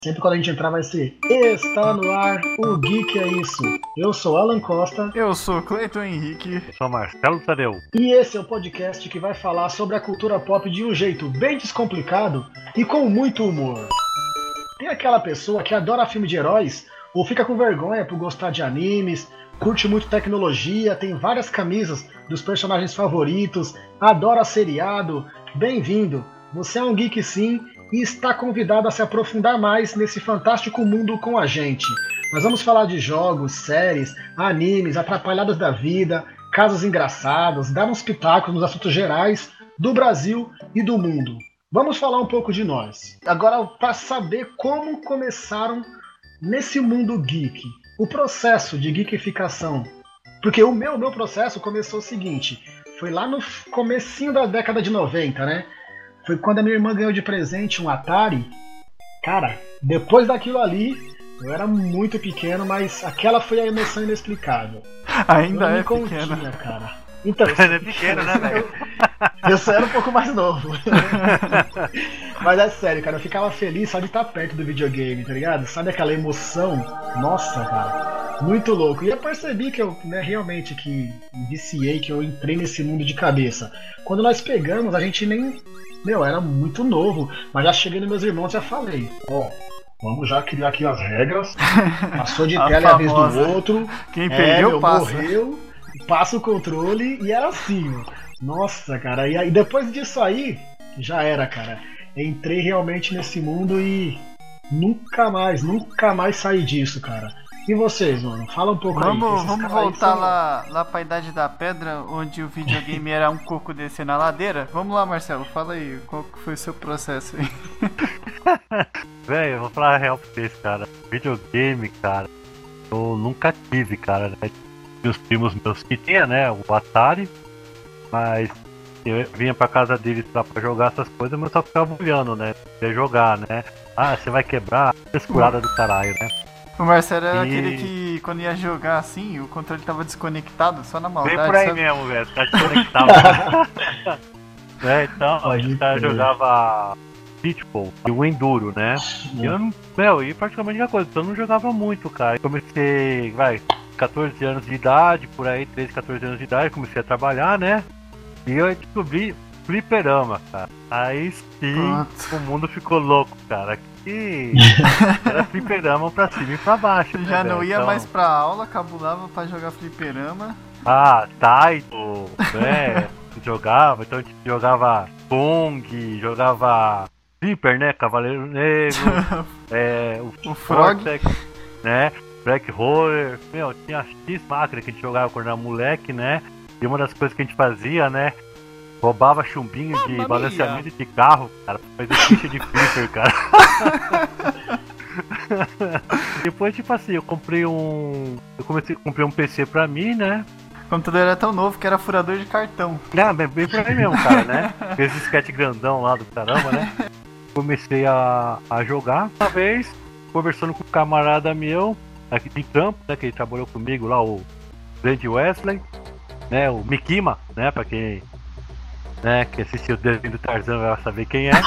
Sempre quando a gente entrar vai ser Está no ar, o Geek é isso. Eu sou Alan Costa. Eu sou Cleiton Henrique. Eu sou Marcelo Tadeu. E esse é o podcast que vai falar sobre a cultura pop de um jeito bem descomplicado e com muito humor. Tem aquela pessoa que adora filme de heróis ou fica com vergonha por gostar de animes, curte muito tecnologia, tem várias camisas dos personagens favoritos, adora seriado. Bem-vindo! Você é um geek sim e está convidado a se aprofundar mais nesse fantástico mundo com a gente. Nós vamos falar de jogos, séries, animes, atrapalhadas da vida, casos engraçados, dar uns pitacos nos assuntos gerais do Brasil e do mundo. Vamos falar um pouco de nós. Agora, para saber como começaram nesse mundo geek, o processo de geekificação. Porque o meu processo começou o seguinte, foi lá no comecinho da década de 90, né? Foi quando a minha irmã ganhou de presente um Atari. Cara, depois daquilo ali, eu era muito pequeno, mas aquela foi a emoção inexplicável. Ainda é pequeno, cara. Então, Ainda é pequeno, né, velho? Eu só era um pouco mais novo. Mas é sério, cara, eu ficava feliz só de estar perto do videogame, tá ligado? Sabe aquela emoção? Nossa, cara, muito louco. E eu percebi que eu, realmente, que viciei, que eu entrei nesse mundo de cabeça. Quando nós pegamos, a gente nem... era muito novo, mas já cheguei nos meus irmãos e já falei, vamos já criar aqui as regras, passou de tela a vez do outro, quem perdeu passa. Morreu, passa o controle e era assim, nossa, cara, e depois disso aí, já era, cara, entrei realmente nesse mundo e nunca mais saí disso, cara. E vocês, mano? Fala um pouco aí. Vamos voltar lá pra Idade da Pedra, onde o videogame era um coco descer na ladeira? Vamos lá, Marcelo, fala aí, qual que foi o seu processo aí? Velho, eu vou falar a real pra vocês, cara. Videogame, cara, eu nunca tive, cara, né? Os primos meus que tinha, né, o Atari, mas eu vinha pra casa deles lá pra jogar essas coisas, mas eu só ficava olhando, né? Pra jogar, né? Ah, você vai quebrar, escurada do caralho, né? O Marcelo era aquele que, quando ia jogar assim, o controle tava desconectado, só na maldade. Vem por aí, sabe? Mesmo, velho, tá desconectado. Então, a gente jogava Pitfall e o Enduro, né? E praticamente a coisa, então eu não jogava muito, cara. Comecei, 14 anos de idade, por aí, 13, 14 anos de idade, comecei a trabalhar, né? E eu descobri fliperama, cara. Aí sim, o mundo ficou louco, cara. E era fliperama pra cima e pra baixo. Já não ia mais pra aula, cabulava pra jogar fliperama. Ah, Taito, né? Jogava, então a gente jogava Pong, jogava Flipper, né? Cavaleiro Negro, o Frog, né? Black Roller, tinha X máquina que a gente jogava quando era moleque, né? E uma das coisas que a gente fazia, né? Roubava chumbinho de balanceamento de carro, cara, pra fazer ficha de flipper, cara. Depois, tipo assim, eu comprei um PC pra mim, né? O computador era tão novo que era furador de cartão. Bem por aí mesmo, cara, né? Fez esse sketch grandão lá do caramba, né? Comecei a jogar. Uma vez, conversando com um camarada meu, aqui de campo, né? Que ele trabalhou comigo lá, o grande Wesley, né? O Mikima, né? Pra quem... que assistiu o desenho do Tarzan vai saber quem é.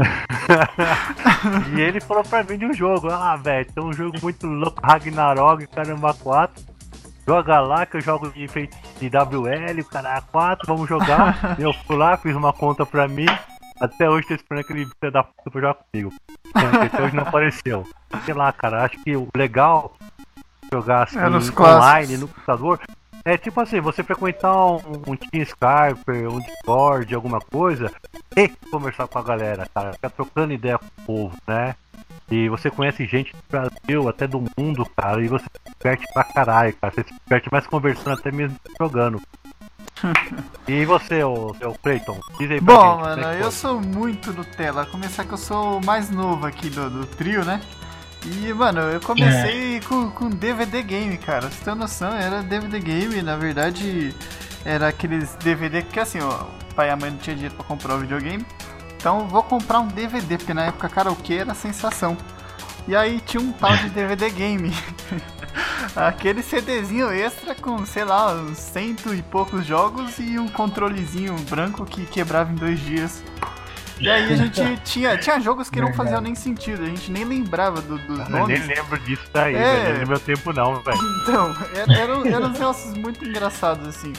E ele falou pra mim de um jogo. Velho, tem um jogo muito louco, Ragnarok, caramba 4. Joga lá que eu jogo de WL, cara 4, vamos jogar. Eu fui lá, fiz uma conta pra mim. Até hoje tô esperando aquele filho da puta pra jogar comigo. Até hoje não apareceu. Sei lá, cara, acho que o legal jogar assim online no computador. É tipo assim, você frequentar um Team Skype, um Discord, alguma coisa, e conversar com a galera, cara, ficar trocando ideia com o povo, né? E você conhece gente do Brasil, até do mundo, cara, e você se diverte pra caralho, cara. Você se diverte mais conversando até mesmo jogando. E você, o Cleiton? Diz aí pra Bom, gente, mano, eu sou muito Nutella. Começar que eu sou o mais novo aqui do trio, né? E, mano, eu comecei com DVD game, cara. Você tem noção, era DVD game, na verdade, era aqueles DVD que assim, ó, o pai e a mãe não tinha dinheiro pra comprar o videogame. Então vou comprar um DVD, porque na época karaokê era sensação. E aí tinha um tal de DVD game. Aquele CDzinho extra com, sei lá, uns 100 e poucos jogos e um controlezinho branco que quebrava em 2 dias. E aí a gente tinha jogos que não faziam nem sentido, a gente nem lembrava dos Eu nomes. nem lembro disso daí, velho. Não é no meu tempo não, velho. Então, eram uns negócios muito engraçados, assim.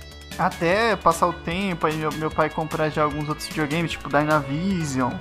Até passar o tempo, aí meu pai comprar já alguns outros videogames, tipo Dynavision,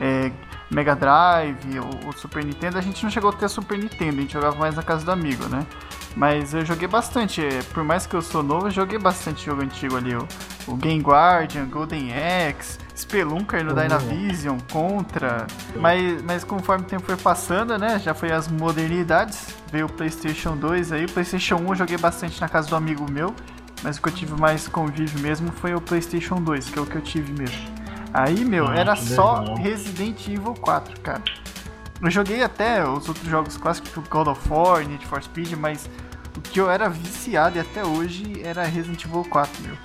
Mega Drive, o Super Nintendo. A gente não chegou a ter Super Nintendo, a gente jogava mais na casa do amigo, né? Mas eu joguei bastante, por mais que eu sou novo, eu joguei bastante jogo antigo ali. O Game Guardian, Golden Axe, Spelunker no Dynavision, Contra. Mas conforme o tempo foi passando, né? Já foi as modernidades. Veio o PlayStation 2 aí. O PlayStation 1 eu joguei bastante na casa do amigo meu. Mas o que eu tive mais convívio mesmo foi o PlayStation 2, que é o que eu tive mesmo. Aí, era só legal. Resident Evil 4, cara. Eu joguei até os outros jogos clássicos, tipo God of War, Need for Speed, mas o que eu era viciado e até hoje era Resident Evil 4, meu.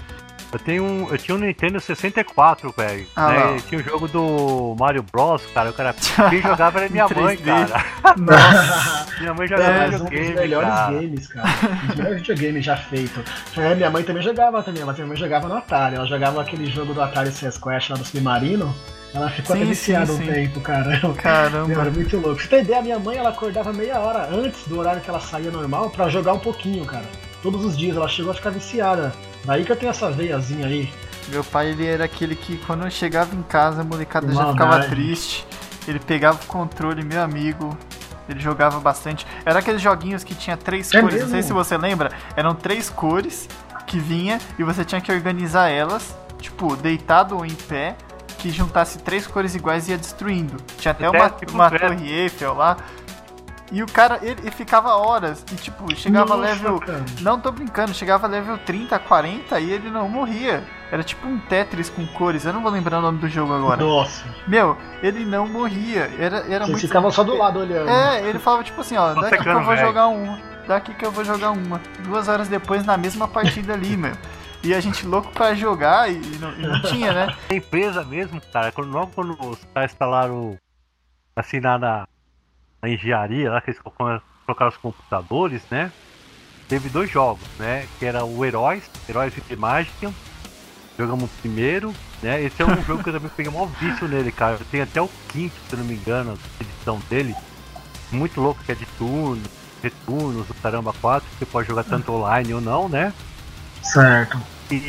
Eu tinha um Nintendo 64, velho. Ah, lá. Tinha o jogo do Mario Bros, cara. Quem jogava era minha mãe, 3D. cara. Nossa. Minha mãe jogava Um dos videogame, melhores cara. games, cara. Um dos melhores videogames já feito. Minha mãe também jogava mas minha mãe jogava no Atari. Ela jogava aquele jogo do Atari CS Quest lá do Submarino. Ela ficou até viciada um tempo, cara. Caramba. Era muito louco. Pra você ter ideia, minha mãe ela acordava meia hora antes do horário que ela saía normal pra jogar um pouquinho, cara. Todos os dias ela chegou a ficar viciada. Daí que eu tenho essa veiazinha aí. Meu pai, ele era aquele que quando eu chegava em casa, a molecada já Maldade. ficava triste. Ele pegava o controle, meu amigo. Ele jogava bastante. Era aqueles joguinhos que tinha 3 cores, mesmo? não sei se você lembra. Eram 3 cores que vinha e você tinha que organizar elas, tipo, deitado ou em pé, que juntasse 3 cores iguais e ia destruindo. Tinha até uma Torre Eiffel lá. E o cara, ele ficava horas e tipo, chegava Nossa, level... cara. Não tô brincando, chegava level 30, 40 e ele não morria. Era tipo um Tetris com cores, eu não vou lembrar o nome do jogo agora. Nossa. Meu, ele não morria, era Você muito... ficava só do lado olhando. Ele falava tipo assim, ó, daqui que eu vou jogar uma. Daqui que eu vou jogar uma. 2 horas depois na mesma partida ali, meu. E a gente louco pra jogar e não tinha, né? A empresa mesmo, cara, logo quando os caras instalaram assim na engenharia, lá que eles colocaram os computadores, né? Teve 2 jogos, né? Que era o Heróis de Mágica. Jogamos o primeiro, né? Esse é um jogo que eu também peguei maior vício nele, cara. Eu tenho até o 5º, se eu não me engano, a edição dele. Muito louco, que é de turnos, retornos, o caramba 4. Você pode jogar tanto online ou não, né? Certo.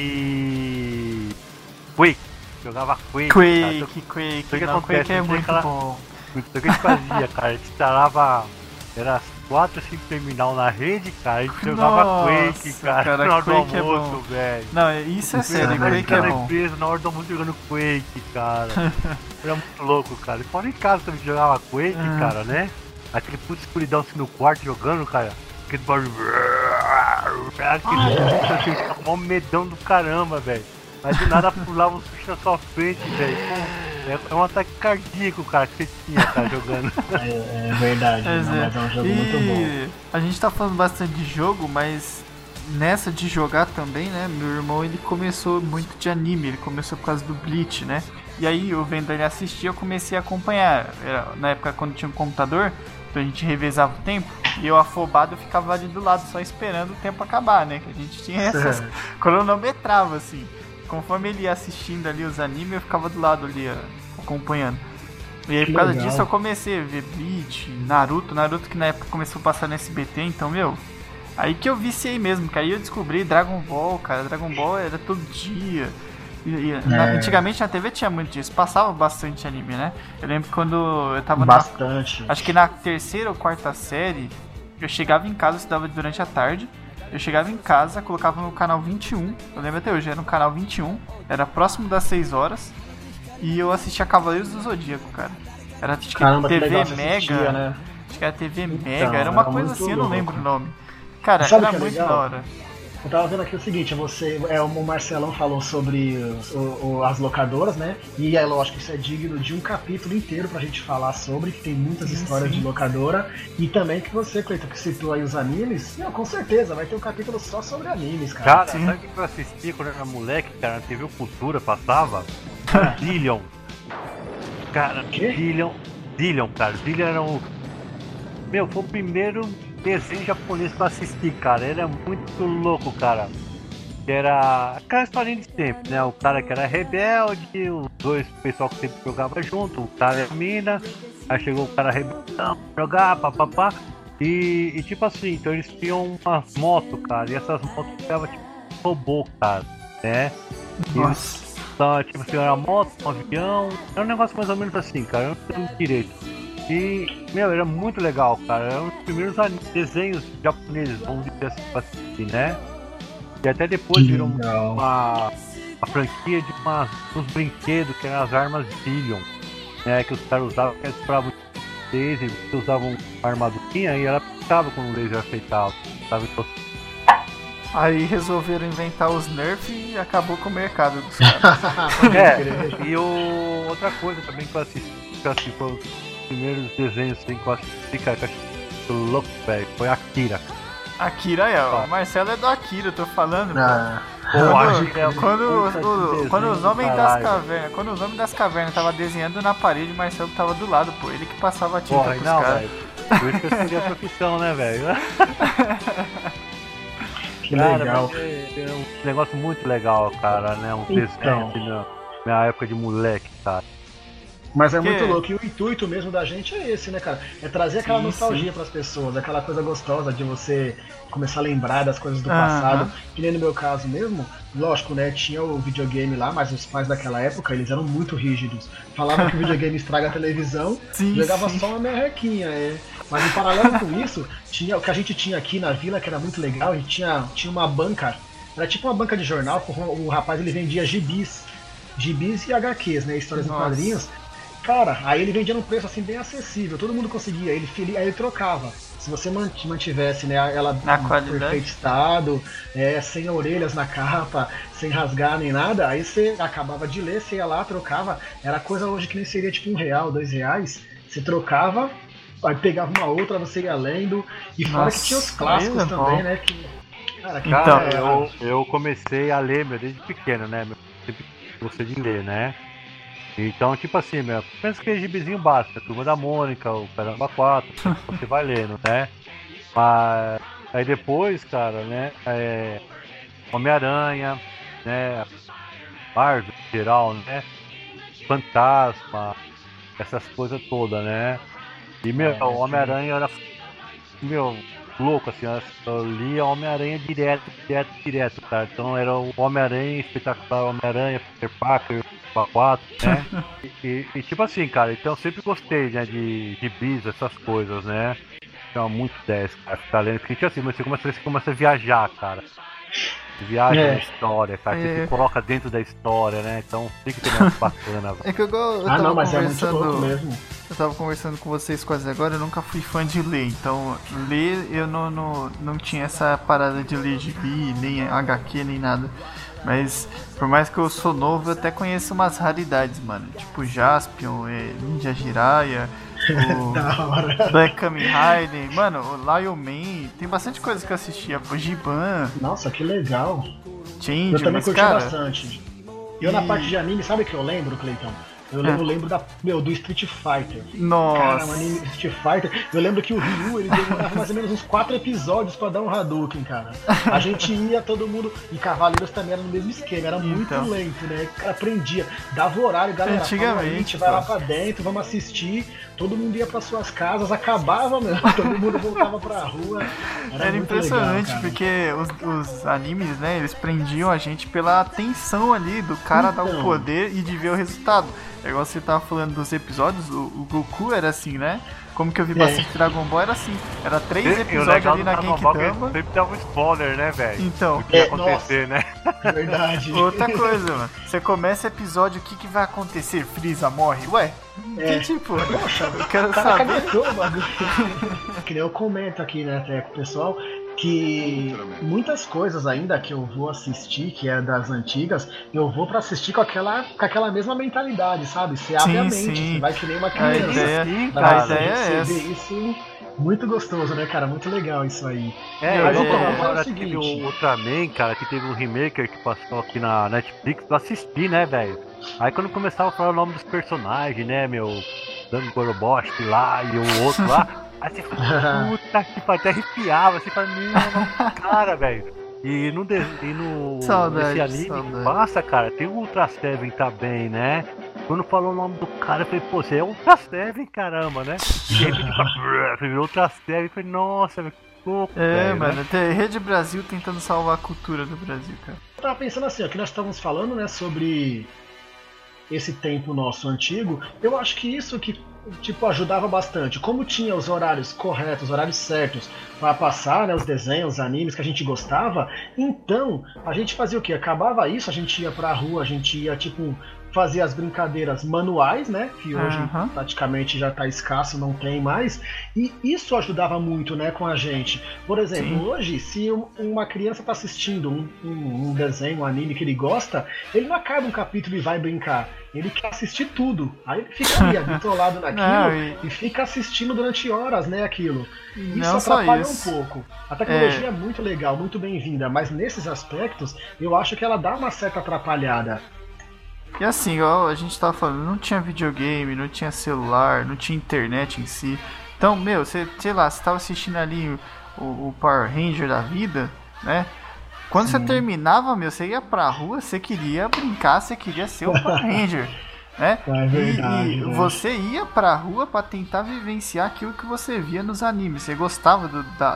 E... Quake. Jogava Quake. Quake, Não, Quake é muito aquela... bom. Então o que a gente fazia, cara? A gente instalava. Era 4 ou 5 terminal na rede, cara. A gente jogava Nossa, Quake, cara. cara, Na hora do Quake é almoço, bom. velho. Não, isso é sério, Na Quake é na bom. empresa, na hora do almoço jogando Quake, cara. Era muito louco, cara. E fora em casa também jogava Quake, cara, né? Aquele puto escuridão assim no quarto jogando, cara. Aquele barulho. Aquele bicho, mó medão do caramba, velho. Mas do nada pulava um bicho na sua frente, velho. É um ataque cardíaco, cara, que você tinha, cara, jogando. É verdade, mas é um jogo muito bom. A gente tá falando bastante de jogo, mas nessa de jogar também, né? Meu irmão, ele começou muito de anime, ele começou por causa do Bleach, né? E aí, eu vendo ele assistir, eu comecei a acompanhar. Na época, quando tinha um computador, então a gente revezava o tempo. E eu, afobado, eu ficava ali do lado, só esperando o tempo acabar, né? Que a gente tinha essas... cronometrava, assim. Conforme ele ia assistindo ali os animes, eu ficava do lado ali, acompanhando. E aí, por causa disso, eu comecei a ver Bleach, Naruto que na época começou a passar no SBT, então, aí que eu viciei mesmo, que aí eu descobri Dragon Ball, cara. Dragon Ball era todo dia. Antigamente na TV tinha muito disso, passava bastante anime, né? Eu lembro quando eu tava acho que na 3ª ou 4ª série, eu chegava em casa, eu estudava durante a tarde. Eu chegava em casa, colocava no canal 21, eu lembro até hoje, era no canal 21, era próximo das 6 horas, e eu assistia Cavaleiros do Zodíaco, cara. Era acho que Caramba, TV que Mega, assistia, né? acho que era TV Então, Mega, era uma coisa assim, eu não lembro o nome. Cara, sabe era que muito legal? da hora. Eu tava vendo aqui o seguinte, o Marcelão falou sobre as locadoras, né? E é lógico que isso é digno de um capítulo inteiro pra gente falar sobre, que tem muitas histórias de locadora. E também que você, Cleiton, que citou aí os animes, com certeza, vai ter um capítulo só sobre animes, cara. Cara, sabe o que eu assistia quando eu era moleque, cara? Na TV Cultura passava? Dillion. Cara, Dillion, cara. Dillion era um... foi o primeiro desenho japonês pra assistir, cara. Era muito louco, cara. que era aquela historinha de sempre, né? O cara que era rebelde, os dois, o pessoal que sempre jogava junto, o cara e a mina, aí chegou o cara rebelde, jogar, papapá. E tipo assim, então eles tinham umas motos, cara, e essas motos ficavam tipo robô, cara, né? Nossa. Então, tipo assim, era uma moto, um avião, era um negócio mais ou menos assim, cara, eu não sei direito. E, meu, era muito legal, cara, era um dos primeiros desenhos japoneses, vamos dizer assim, pra assistir, né? E até depois Que virou legal. uma franquia de uns brinquedos que eram as armas Zillion, né? Que os caras usavam, que eles compravam laser, você usava uma armadurinha e ela pintava com o laser afetado, sabe? Então, Aí resolveram inventar os Nerf e acabou com o mercado dos caras. e outra coisa também que eu assisti foi os primeiros desenhos assim, que eu assisti, cara, que eu achei louco, velho, foi Akira. Akira o Marcelo é do Akira, eu tô falando. Quando os homens das cavernas, quando os homens das cavernas tava desenhando na parede, o Marcelo tava do lado, pô, ele que passava a tinta pros caras. Por isso que eu escolhi a profissão, né, velho? Que legal. É um negócio muito legal, cara, né? Um desenho na minha época de moleque, cara. Mas é muito louco, e o intuito mesmo da gente é esse, né, cara? É trazer aquela nostalgia pras pessoas, aquela coisa gostosa de você começar a lembrar das coisas do passado. Que nem no meu caso mesmo, lógico, né, tinha o videogame lá, mas os pais daquela época, eles eram muito rígidos. Falavam que o videogame estraga a televisão, jogava só uma merrequinha, Mas em paralelo com isso, tinha o que a gente tinha aqui na vila, que era muito legal, a gente tinha uma banca, era tipo uma banca de jornal, o rapaz ele vendia gibis e HQs, né, histórias em quadrinhos. Cara, aí ele vendia num preço assim bem acessível, todo mundo conseguia, aí ele trocava. Se você mantivesse, né, ela em perfeito estado, sem orelhas na capa, sem rasgar nem nada, aí você acabava de ler, você ia lá, trocava. Era coisa hoje que nem seria tipo R$1, R$2, você trocava, aí pegava uma outra, você ia lendo. E fora que tinha os clássicos também, né? Cara, eu comecei a ler, desde pequeno, né? Sempre gostei de ler, né? Então, tipo assim, pensa que é gibizinho básico, a Turma da Mônica, o Caramba 4, você vai lendo, né? Mas aí depois, cara, né? Homem-Aranha, né? Marvel em geral, né? Fantasma, essas coisas todas, né? E, o Homem-Aranha era, louco, assim, eu lia Homem-Aranha direto, tá? Então era o Homem-Aranha, Espetacular Homem-Aranha, Peter Parker, 4, né? e tipo assim, cara, então eu sempre gostei, né, de bis, essas coisas, né? Então, muito 10, cara, ficar lendo, porque assim, você começa a viajar, cara. Viaja na história, cara, você se coloca dentro da história, né? Então tem que ter mais bacana. É que eu tava conversando. Eu tava conversando com vocês quase agora, eu nunca fui fã de ler, então ler eu não tinha essa parada de ler gibi, nem HQ, nem nada. Mas por mais que eu sou novo, eu até conheço umas raridades, mano. Tipo Jaspion, Ninja Jiraiya, o Black Kamen Rider, mano, o Lion Man, tem bastante coisa que eu assistia, o Giban. Nossa, que legal. Change, eu também curti bastante. Eu na parte de anime, sabe o que eu lembro, Cleiton? Eu lembro do Street Fighter. Nossa. Cara, o anime Street Fighter. Eu lembro que o Ryu, ele demorava mais ou menos uns 4 episódios pra dar um Hadouken, cara. A gente ia, todo mundo. E Cavaleiros também era no mesmo esquema, era muito lento, né? O cara aprendia, dava horário, galera. Antigamente. A gente vai lá pra dentro, vamos assistir. Todo mundo ia pra suas casas, acabava, meu. Todo mundo voltava pra rua. Era impressionante, legal, porque os animes, né, eles prendiam a gente pela atenção ali do cara dar o poder e de ver o resultado. É igual você tava falando dos episódios, o Goku era assim, né? Como que eu vi bastante Dragon Ball era assim. Era 3 episódios ali na Genkidama. Sempre dava um spoiler, né, velho? Então. O que ia acontecer, né? Verdade. Outra coisa, mano. Você começa o episódio, o que vai acontecer? Freeza morre? Ué? Que tipo? Poxa, eu quero saber. Que nem eu comento aqui, né, até com o pessoal, que muitas coisas ainda que eu vou assistir, que é das antigas, eu vou pra assistir com aquela mesma mentalidade, sabe? Você abre a mente, você vai que nem uma criança. A ideia é essa. Isso muito gostoso, né, cara? Muito legal isso aí. Agora teve o Ultraman, cara, que teve um remake que passou aqui na Netflix, eu assisti, né, velho? Aí quando começava a falar o nome dos personagens, né, Dan Gorobosh lá e o outro lá, aí você fala, puta que pariu, até arrepiava, você fala, cara, velho, Nesse anime que passa, cara, tem o Ultra Seven também, né? Quando falou o nome do cara, eu falei, pô, você é Ultra Seven, caramba, né? E de repente, virou Ultra Seven, eu falei, nossa, que louco, mano, né? tem Rede Brasil tentando salvar a cultura do Brasil, cara. Eu tava pensando assim, ó, que nós estávamos falando, né, sobre esse tempo nosso antigo, eu acho que isso que tipo ajudava bastante. Como tinha os horários corretos, os horários certos para passar, né, os desenhos, os animes que a gente gostava, então a gente fazia o quê? Acabava isso, a gente ia pra rua, a gente ia tipo fazer as brincadeiras manuais, né, que hoje praticamente já tá escasso, não tem mais, e isso ajudava muito, né, com a gente. Por exemplo, hoje, se uma criança tá assistindo um desenho, um anime que ele gosta, ele não acaba um capítulo e vai brincar. Ele quer assistir tudo. Aí ele fica ali, bitolado naquilo e fica assistindo durante horas, né, aquilo. Isso atrapalha um pouco. A tecnologia é muito legal, muito bem-vinda, mas nesses aspectos eu acho que ela dá uma certa atrapalhada. E assim, igual a gente tava falando, não tinha videogame, não tinha celular, não tinha internet em si. Então, meu, você, sei lá, você tava assistindo ali o Power Ranger da vida, né? Quando você terminava, meu, você ia pra rua, você queria brincar, você queria ser o Power Ranger, né? É verdade, e você ia pra rua pra tentar vivenciar aquilo que você via nos animes. Você gostava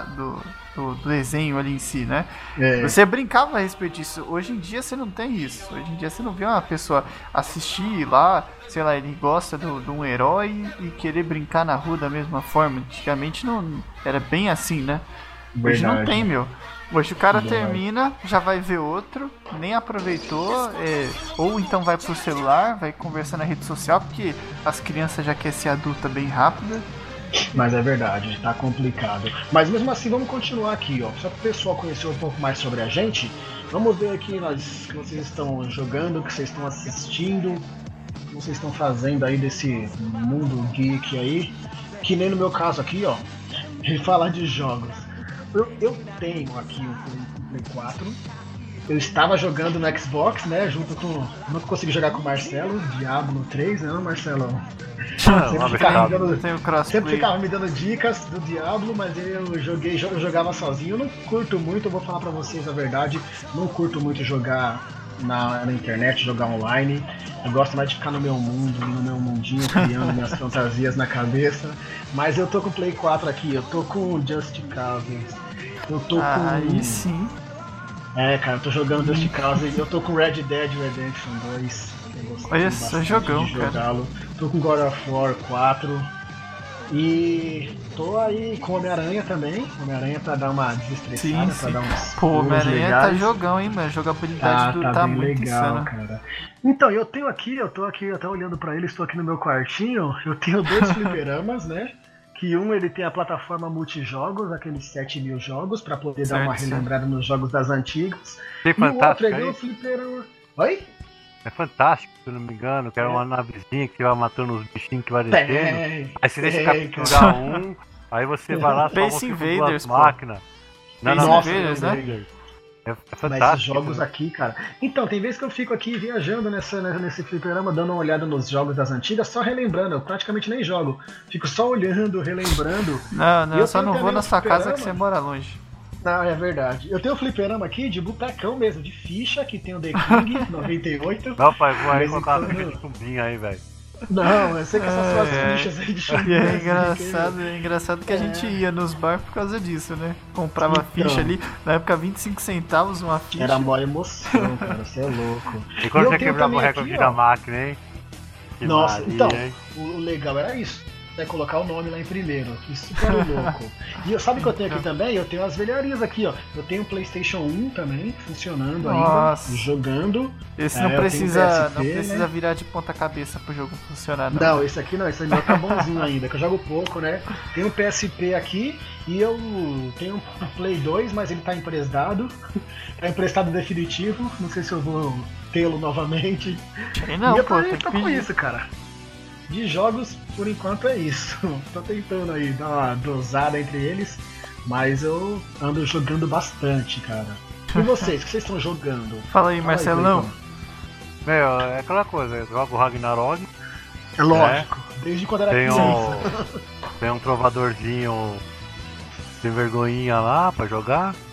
do desenho ali em si, né? Você brincava a respeito disso. Hoje em dia você não tem isso. Hoje em dia você não vê uma pessoa assistir lá, sei lá, ele gosta de um herói e querer brincar na rua da mesma forma. Antigamente não era bem assim, né? Hoje não tem, meu. Hoje o cara termina, já vai ver outro, nem aproveitou, ou então vai pro celular, vai conversar na rede social, porque as crianças já querem ser adulta bem rápida. Mas é verdade, tá complicado. Mas mesmo assim, vamos continuar aqui, ó. Só para o pessoal conhecer um pouco mais sobre a gente, vamos ver aqui que vocês estão jogando, o que vocês estão assistindo, o que vocês estão fazendo aí desse mundo geek aí. Que nem no meu caso aqui, ó, de falar de jogos. Eu tenho aqui o Play 4. Eu estava jogando no Xbox, né? Junto com. Não consegui jogar com o Marcelo, Diablo 3, né, Marcelo? Sempre ficava me dando dicas do Diablo, mas eu jogava sozinho. Eu não curto muito, eu vou falar pra vocês a verdade. Não curto muito jogar na internet, jogar online. Eu gosto mais de ficar no meu mundo, no meu mundinho, criando minhas fantasias na cabeça. Mas eu tô com o Play 4 aqui, eu tô com o Just Cause. Eu tô com. Aí sim. Cara, eu tô jogando Just Cause e eu tô com Red Dead Redemption 2. Olha esse jogão, cara. Tô com God of War 4. E tô aí com Homem-Aranha também. Homem-Aranha pra dar uma desestressada, pra dar uns. Pô, Homem-Aranha tá jogão, hein, mano. A jogabilidade tá muito legal, insana. Cara. Então, eu tô aqui até olhando pra ele, estou aqui no meu quartinho. Eu tenho 2 fliperamas, né? Que ele tem a plataforma multijogos, aqueles 7.000 jogos, pra poder dar uma relembrada nos jogos das antigas. Tem e o outro é o fliperama. Oi? É fantástico, se eu não me engano, que era uma navezinha que vai matando os bichinhos que vai descendo. Aí você deixa capturar aí você vai lá, Space Invaders, máquinas. Invaders, né? É fantástico. Mas esses jogos aqui, cara. Então, tem vezes que eu fico aqui viajando nesse fliperama, dando uma olhada nos jogos das antigas, só relembrando. Eu praticamente nem jogo. Fico só olhando, relembrando. Não, eu só não vou na sua casa que você mora longe. Não, é verdade. Eu tenho um fliperama aqui de botecão mesmo, de ficha, que tem o The King 98. Não, pai, vou aí colocar uma ficha de chumbinho aí, velho. Não, eu sei que essas suas fichas aí de chumbinho. É engraçado que a gente ia nos bar por causa disso, né? Comprava ficha ali, na época 25 centavos uma ficha. Era mó emoção, cara, você é louco. E quando você quebrava o recorde da máquina, hein? Que nossa, Maria, então, hein? O legal era isso. Colocar o nome lá em primeiro, que super louco. E sabe o que eu tenho aqui também? Eu tenho as velharias aqui, ó. Eu tenho um PlayStation 1 também, funcionando ainda, jogando. Esse não precisa virar de ponta cabeça pro jogo funcionar, não. Não, esse aqui não, esse meu tá bonzinho ainda, que eu jogo pouco, né? Tem um PSP aqui e eu tenho um Play 2, mas ele tá emprestado. Tá emprestado definitivo, não sei se eu vou tê-lo novamente. Não, e eu tô com isso, cara. De jogos, por enquanto é isso. Tô tentando aí dar uma dosada entre eles, mas eu ando jogando bastante, cara. E vocês, o que vocês estão jogando? Fala aí, Marcelão. Meu, é aquela coisa, eu jogo Ragnarok. É lógico, desde quando era criança. Tem um trovadorzinho sem vergonhinha lá pra jogar.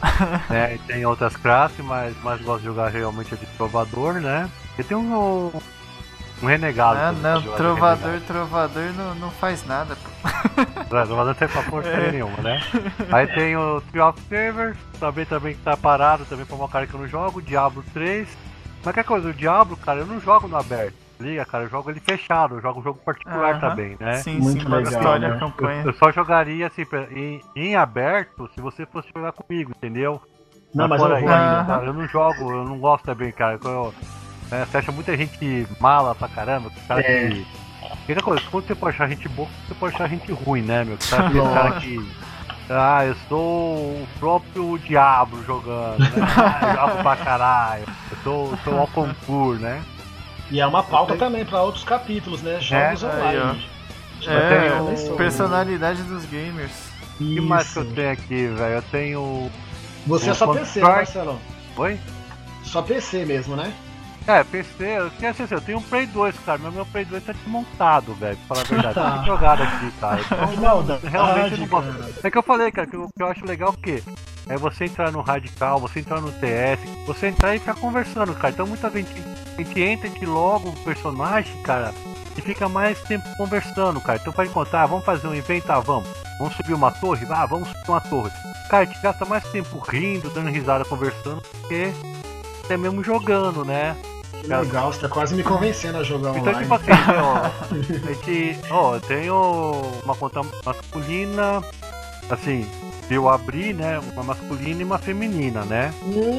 né? E tem outras classes, mas gosto de jogar realmente de trovador, né? E tem um renegado. Não, trovador não faz nada, pô. Trovador não tem pra porcaria nenhuma, né? Aí tem o Tree of Servers, também que tá parado, também pra uma cara que eu não jogo, Diablo 3. Mas que coisa, o Diablo, cara, eu não jogo no aberto. Liga, cara, eu jogo ele fechado, eu jogo um jogo particular também, né? Sim, Muito legal, história, né? campanha. Eu só jogaria assim, em aberto se você fosse jogar comigo, entendeu? Não, mas fora eu vou isso, ainda. cara, eu não jogo, eu não gosto também, cara. Você acha muita gente mala pra caramba, cara que. Outra coisa, quando você pode achar gente boa, você pode achar gente ruim, né, meu? Cara, aquele cara que. Ah, eu sou o próprio diabo jogando, né? Eu jogo pra caralho. Eu sou ao concurso, né? E é uma pauta também pra outros capítulos, né? Jogos online. Personalidade dos gamers. O que mais que eu tenho aqui, velho? Eu tenho. Você é só PC, né, Marcelão? Oi? Só PC mesmo, né? PC, eu tenho um Play 2, cara, mas meu Play 2 tá desmontado, velho, pra falar a verdade. Tá muito jogado aqui, cara. Então, realmente eu não gosto. É que eu falei, cara, que eu acho legal o quê? É você entrar no Radical, você entrar no TS, você entrar e ficar conversando, cara. Então muita gente entra, a gente logo o personagem, cara, e fica mais tempo conversando, cara. Então pode contar, vamos fazer um evento, vamos subir uma torre? Vamos subir uma torre. Cara, a gente gasta mais tempo rindo, dando risada, conversando, porque até mesmo jogando, né? Que legal, você tá quase me convencendo a jogar então, online. Então, tipo assim, eu tenho uma conta masculina, assim, eu abri, né, uma masculina e uma feminina, né?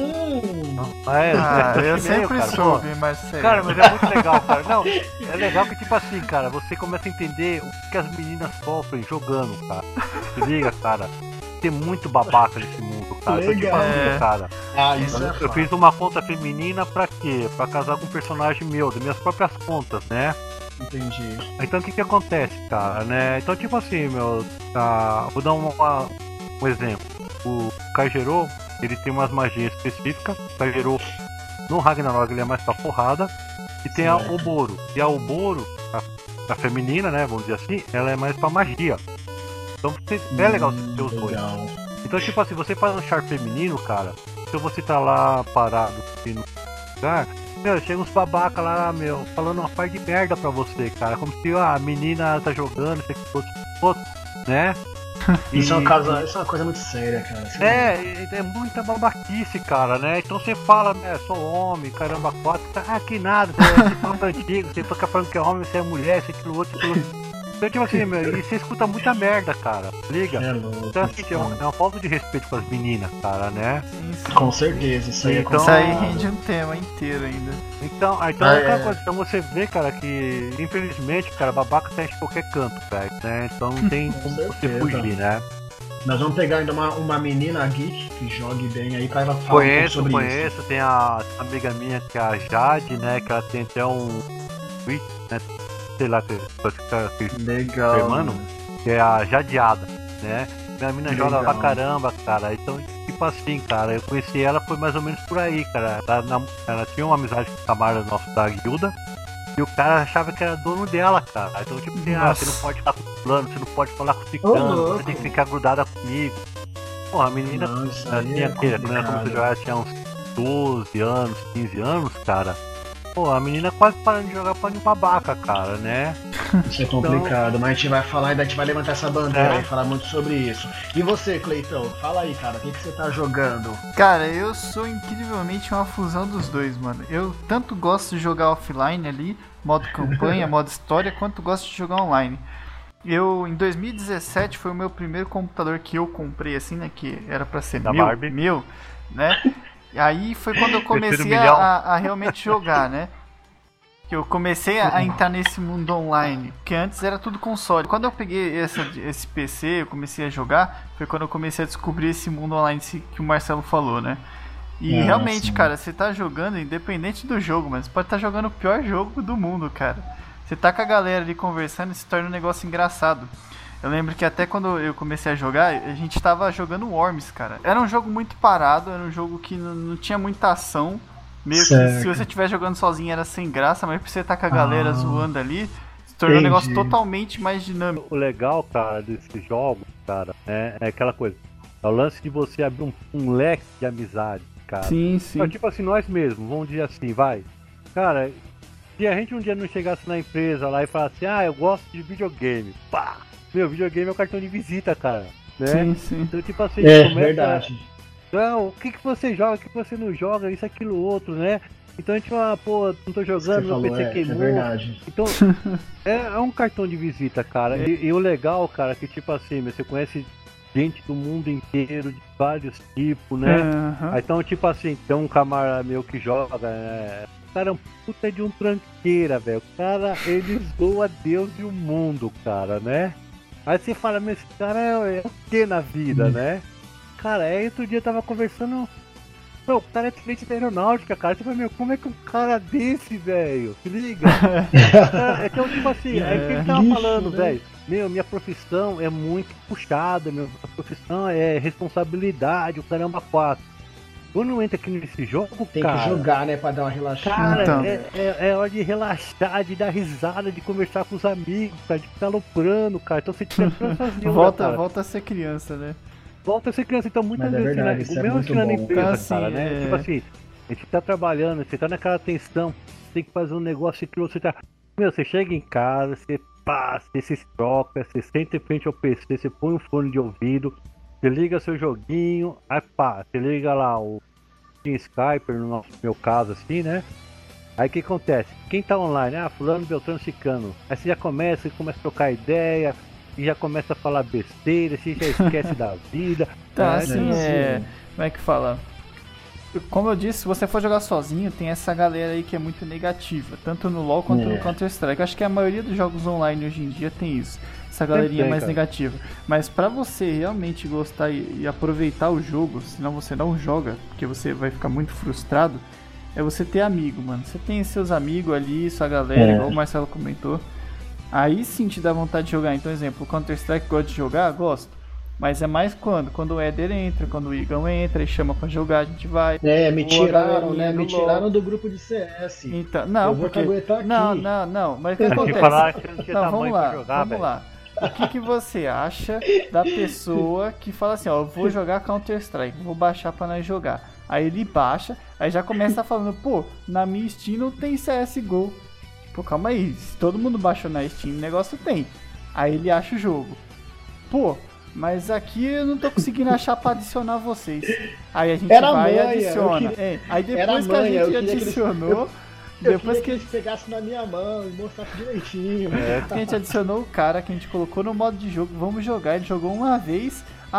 Eu sempre soube, mas sei. Cara, mas é muito legal, cara. Não, é legal que, tipo assim, cara, você começa a entender o que as meninas sofrem jogando, cara. Se liga, cara. Tem muito babaca nesse mundo, cara. Legal. Cara. Isso eu fiz uma conta feminina pra quê? Pra casar com um personagem meu, das minhas próprias contas, né? Entendi. Então o que acontece, cara, né? Então, tipo assim, vou dar um exemplo. O Kaijiro, ele tem umas magias específicas. O Kaijiro, no Ragnarok, ele é mais pra porrada. E tem a Oboro. E a Oboro, a feminina, né? Vamos dizer assim, ela é mais pra magia. Então é legal você ter os dois. Então, tipo assim, você faz um char feminino, cara. Se você tá lá parado no lugar, meu, chega uns babaca lá, meu, falando uma parte de merda pra você, cara. Como se a menina tá jogando, você outro, né? Isso é uma coisa muito séria, cara. É muita babaquice, cara, né? Então você fala, né, sou homem, caramba, 4, que nada, você fala antigo, você fica falando que é homem, você é mulher, você aquilo outro. Então, tipo assim, meu, e você escuta muita merda, cara. Liga? Então, assim, é uma falta de respeito com as meninas, cara, né? Sim. Com certeza, isso aí então, isso aí rende um tema inteiro ainda. Então coisa, então você vê, cara, que infelizmente, cara, babaca tá em qualquer canto, cara, né? Então não tem como você fugir, né? Nós vamos pegar ainda uma menina geek que jogue bem aí pra ela falar um pouco sobre isso. Tem a amiga minha que é a Jade, né? Que ela tem até um tweet, né? Sei lá, legal, mano, que é a Jadeada, né? Minha mina joga pra caramba, cara. Então, tipo assim, cara, eu conheci ela, foi mais ou menos por aí, cara. Ela tinha uma amizade com o camarada nosso da guilda e o cara achava que era dono dela, cara. Então, tipo assim, você não pode falar com o plano, você não pode falar com o ciclano, você tem que ficar grudada comigo. Porra, a menina tinha quando ela começou a jogar, ela tinha uns 12 anos, 15 anos, cara. Pô, a menina quase parando de jogar pra de babaca, cara, né? Isso é complicado, mas a gente vai falar e a gente vai levantar essa bandeira e falar muito sobre isso. E você, Cleitão, fala aí, cara, o que você tá jogando? Cara, eu sou incrivelmente uma fusão dos dois, mano. Eu tanto gosto de jogar offline ali, modo campanha, modo história, quanto gosto de jogar online. Em 2017, foi o meu primeiro computador que eu comprei, assim, né, que era pra ser meu, né? E aí foi quando eu comecei a realmente jogar, né? Que eu comecei a entrar nesse mundo online. Porque antes era tudo console. Quando eu peguei esse PC, eu comecei a jogar. Foi quando eu comecei a descobrir esse mundo online que o Marcelo falou, né? E realmente, cara, você tá jogando, independente do jogo, mas você pode estar jogando o pior jogo do mundo, cara. Você tá com a galera ali conversando e se torna um negócio engraçado. Eu lembro que até quando eu comecei a jogar, a gente tava jogando Worms, cara. Era um jogo muito parado, era um jogo que não tinha muita ação. Meio que se você estiver jogando sozinho era sem graça, mas pra você estar com a galera zoando ali, se tornou um negócio totalmente mais dinâmico. O legal, cara, desses jogos, cara, é aquela coisa. É o lance de você abrir um leque de amizade, cara. Sim, sim. Então, tipo assim, nós mesmos, vamos dizer assim, vai. Cara, se a gente um dia não chegasse na empresa lá e falasse assim, eu gosto de videogame. Pá! Meu, videogame é o cartão de visita, cara. Né? Sim, sim. Então, tipo assim, Verdade. Não, o que você joga, o que você não joga, isso, aquilo, outro, né? Então a gente fala, pô, não tô jogando, meu PC queimou. É verdade. Então, é um cartão de visita, cara. E o legal, cara, que tipo assim, você conhece gente do mundo inteiro, de vários tipos, né? Uhum. Então, tipo assim, tem um camarada meu que joga, né? O cara é um puta de um tranqueira, velho. O cara, ele zoa Deus e o mundo, cara, né? Aí você fala, mas esse cara é o que na vida, né? Cara, aí outro dia eu tava conversando. Meu, o cara é cliente da aeronáutica, cara. Você fala, meu, como é que um cara desse, velho? Se liga? Então, tipo assim, é o que ele tava falando, né? velho. Meu, minha profissão é muito puxada, minha profissão é responsabilidade, o caramba 4. Quando entra aqui nesse jogo, Tem cara, que jogar, né, pra dar uma relaxada. cara, Então. é hora de relaxar, de dar risada, de conversar com os amigos, cara, de ficar aloprando, cara. Então você tiver sozinho, Volta a ser criança, né? Volta a ser criança, então muitas Mas é vezes, verdade, né? isso O é mesmo muito na bom. empresa, Assim, cara, né? Tipo assim, a gente tá trabalhando, você tá naquela tensão, tem que fazer um negócio, aquilo, você tá. Meu, você chega em casa, você passa, você se troca, você senta em frente ao PC, você põe um fone de ouvido, você liga seu joguinho, aí pá, você liga lá o Skype, no meu caso, assim, né? Aí o que acontece? Quem tá online, fulano, beltrano, cicano. Aí você já começa a trocar ideia, e já começa a falar besteira, você já esquece da vida. Tá, né? assim, como é que fala? Como eu disse, se você for jogar sozinho, tem essa galera aí que é muito negativa, tanto no LoL quanto no Counter-Strike. Acho que a maioria dos jogos online hoje em dia tem isso, essa galerinha mais negativa. Mas pra você realmente gostar e aproveitar o jogo, senão você não joga, porque você vai ficar muito frustrado, é você ter amigo, mano. Você tem seus amigos ali, sua galera, igual o Marcelo comentou. Aí sim te dá vontade de jogar. Então, exemplo, o Counter-Strike gosta de jogar? Gosto. Mas é mais quando o Éder entra, quando o Igão entra e chama pra jogar, a gente vai. Me tiraram, né? Me tiraram do grupo de CS. Então, não, eu vou porque... aguentar aqui. Não, mas o que acontece? Não, vamos lá. O que você acha da pessoa que fala assim, eu vou jogar Counter-Strike, vou baixar pra nós jogar. Aí ele baixa, aí já começa falando, pô, na minha Steam não tem CSGO. Pô, calma aí, se todo mundo baixou na Steam, o negócio tem. Aí ele acha o jogo. Pô, mas aqui eu não tô conseguindo achar pra adicionar vocês. Aí a gente vai e adiciona. Aí depois que a gente adicionou... Depois que a gente pegasse na minha mão e mostrasse direitinho. A gente adicionou o cara que a gente colocou no modo de jogo, vamos jogar. Ele jogou uma vez.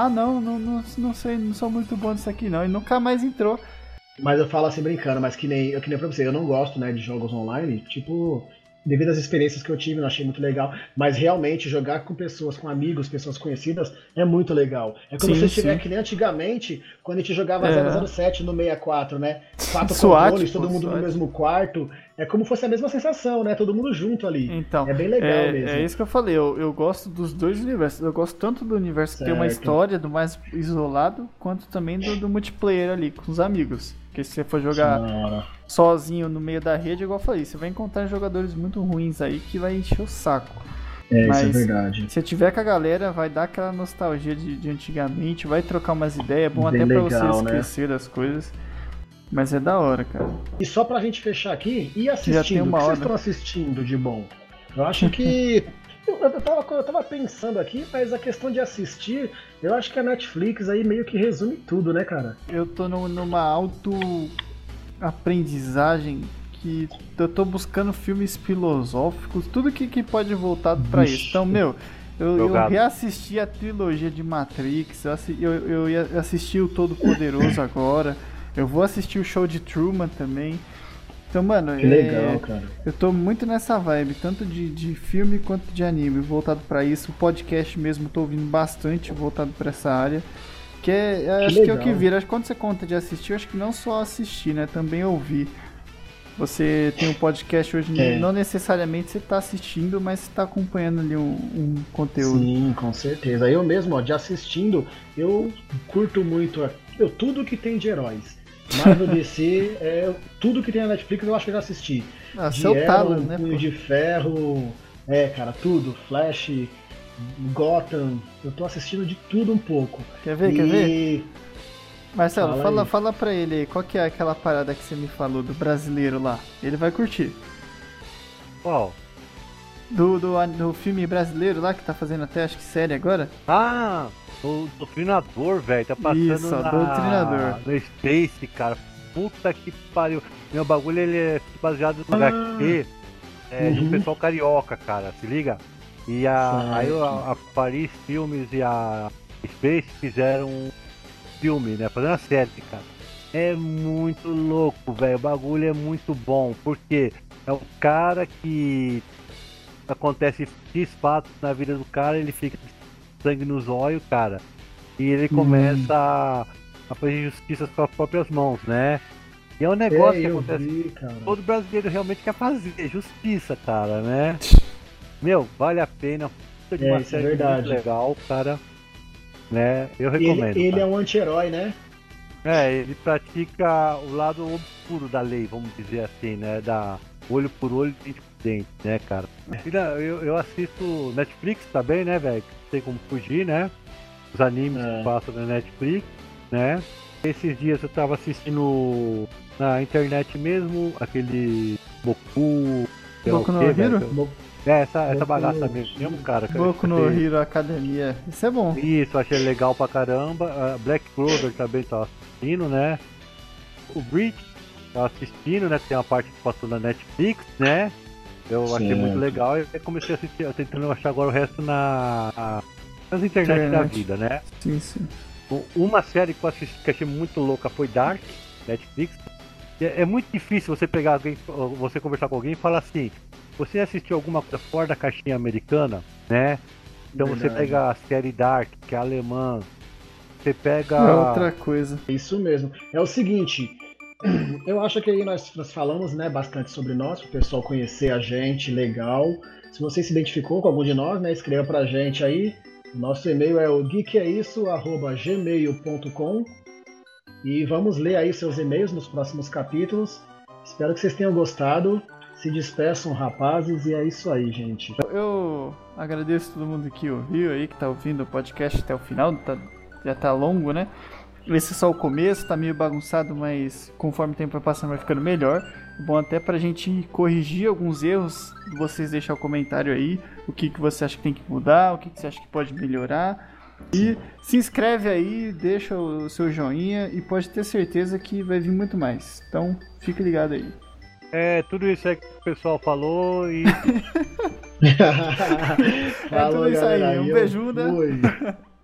Não sei, não sou muito bom nisso aqui não. E nunca mais entrou. Mas eu falo assim brincando, mas que nem pra você, eu não gosto, né, de jogos online, tipo, devido às experiências que eu tive, eu não achei muito legal, mas realmente jogar com pessoas, com amigos, pessoas conhecidas, é muito legal. É como se você estiver que nem antigamente, quando a gente jogava 007 no 64, né? 4 controles, todo mundo no mesmo quarto, é como se fosse a mesma sensação, né? Todo mundo junto ali. Então, é bem legal mesmo. É isso que eu falei, eu gosto dos dois universos. Eu gosto tanto do universo que tem uma história, do mais isolado, quanto também do multiplayer ali, com os amigos. Porque se você for jogar sozinho no meio da rede, igual eu falei, você vai encontrar jogadores muito ruins aí que vai encher o saco. Mas, isso é verdade. Se tiver com a galera, vai dar aquela nostalgia de antigamente, vai trocar umas ideias, é bom bem até legal, pra você esquecer das coisas. Mas é da hora, cara. E só pra gente fechar aqui, e assistindo, o que vocês estão assistindo de bom? Eu acho que... Eu tava pensando aqui, mas a questão de assistir, eu acho que a Netflix aí meio que resume tudo, né, cara? Eu tô numa auto-aprendizagem que eu tô buscando filmes filosóficos, tudo que pode voltar pra isso. Então, eu reassisti a trilogia de Matrix, eu assisti o Todo-Poderoso agora, eu vou assistir o Show de Truman também. Então, mano, que legal, cara. Eu tô muito nessa vibe, tanto de filme quanto de anime, voltado pra isso. O podcast mesmo, tô ouvindo bastante voltado pra essa área. Acho que é o que vira. Acho que quando você conta de assistir, eu acho que não só assistir, né? Também ouvir. Você tem um podcast hoje, não necessariamente você tá assistindo, mas você tá acompanhando ali um conteúdo. Sim, com certeza. Eu mesmo, de assistindo, eu curto muito tudo que tem de heróis. Marvel, DC, tudo que tem na Netflix eu acho que eu já assisti. Seu talo, né? Punho de Ferro, cara, tudo. Flash, Gotham. Eu tô assistindo de tudo um pouco. Quer ver? E Marcelo, Fala aí. fala pra ele aí, qual que é aquela parada que você me falou do brasileiro lá? Ele vai curtir. Qual? Do filme brasileiro lá, que tá fazendo até, acho que série agora? Ah, o Doutrinador, velho. Tá passando Isso, Doutrinador. no Space, cara. Puta que pariu. Meu bagulho, ele é baseado no HQ de um pessoal carioca, cara. Se liga? E aí a Paris Filmes e a Space fizeram um filme, né? Fazendo a série, cara. É muito louco, velho. O bagulho é muito bom. Porque é o cara que acontece X fatos na vida do cara, ele fica com sangue nos olhos, cara. E ele começa a fazer justiça com as próprias mãos, né? E é um negócio que acontece. Todo brasileiro realmente quer fazer justiça, cara, né? Meu, vale a pena. Puta de uma isso é série verdade. muito legal, cara. Né? Eu recomendo. Ele cara. é um anti-herói, né? Ele pratica o lado obscuro da lei, vamos dizer assim, né? Da olho por olho, dente por dente, né, cara? Eu assisto Netflix também, né, velho? Não tem como fugir, né? Os animes que passam na Netflix, né? Esses dias eu tava assistindo na internet mesmo, aquele Boku... Boku no Hero? Essa bagaça mesmo, cara. Boku no Hero Academia. Isso é bom. Isso, achei legal pra caramba. Black Clover também tá assistindo, né? O Breach tá assistindo, né? Tem uma parte que passou na Netflix, né? Eu achei muito legal e comecei a assistir, tentando achar agora o resto nas internet da vida, né? Sim. Uma série que eu assisti que achei muito louca foi Dark, Netflix. É muito difícil você pegar alguém, você conversar com alguém e falar assim, você assistiu alguma coisa fora da caixinha americana, né? Então você pega a série Dark, que é alemã, você pega... É outra coisa. Isso mesmo. É o seguinte, eu acho que aí nós falamos, né, bastante sobre nós, para o pessoal conhecer a gente, legal. Se você se identificou com algum de nós, né, escreva pra gente aí. Nosso e-mail é o geekeisso@gmail.com e vamos ler aí seus e-mails nos próximos capítulos. Espero que vocês tenham gostado. Se despeçam, rapazes, e é isso aí, gente. Eu agradeço todo mundo que ouviu aí, que tá ouvindo o podcast até o final, já tá longo, né? Esse é só o começo, tá meio bagunçado, mas conforme o tempo vai passando vai ficando melhor. Bom até pra gente corrigir alguns erros, vocês deixar o comentário aí, o que você acha que tem que mudar, o que você acha que pode melhorar. E se inscreve aí, deixa o seu joinha e pode ter certeza que vai vir muito mais. Então, fique ligado aí. Tudo isso aí que o pessoal falou e... Falou, tudo isso aí, galera, um beijuda. Fui.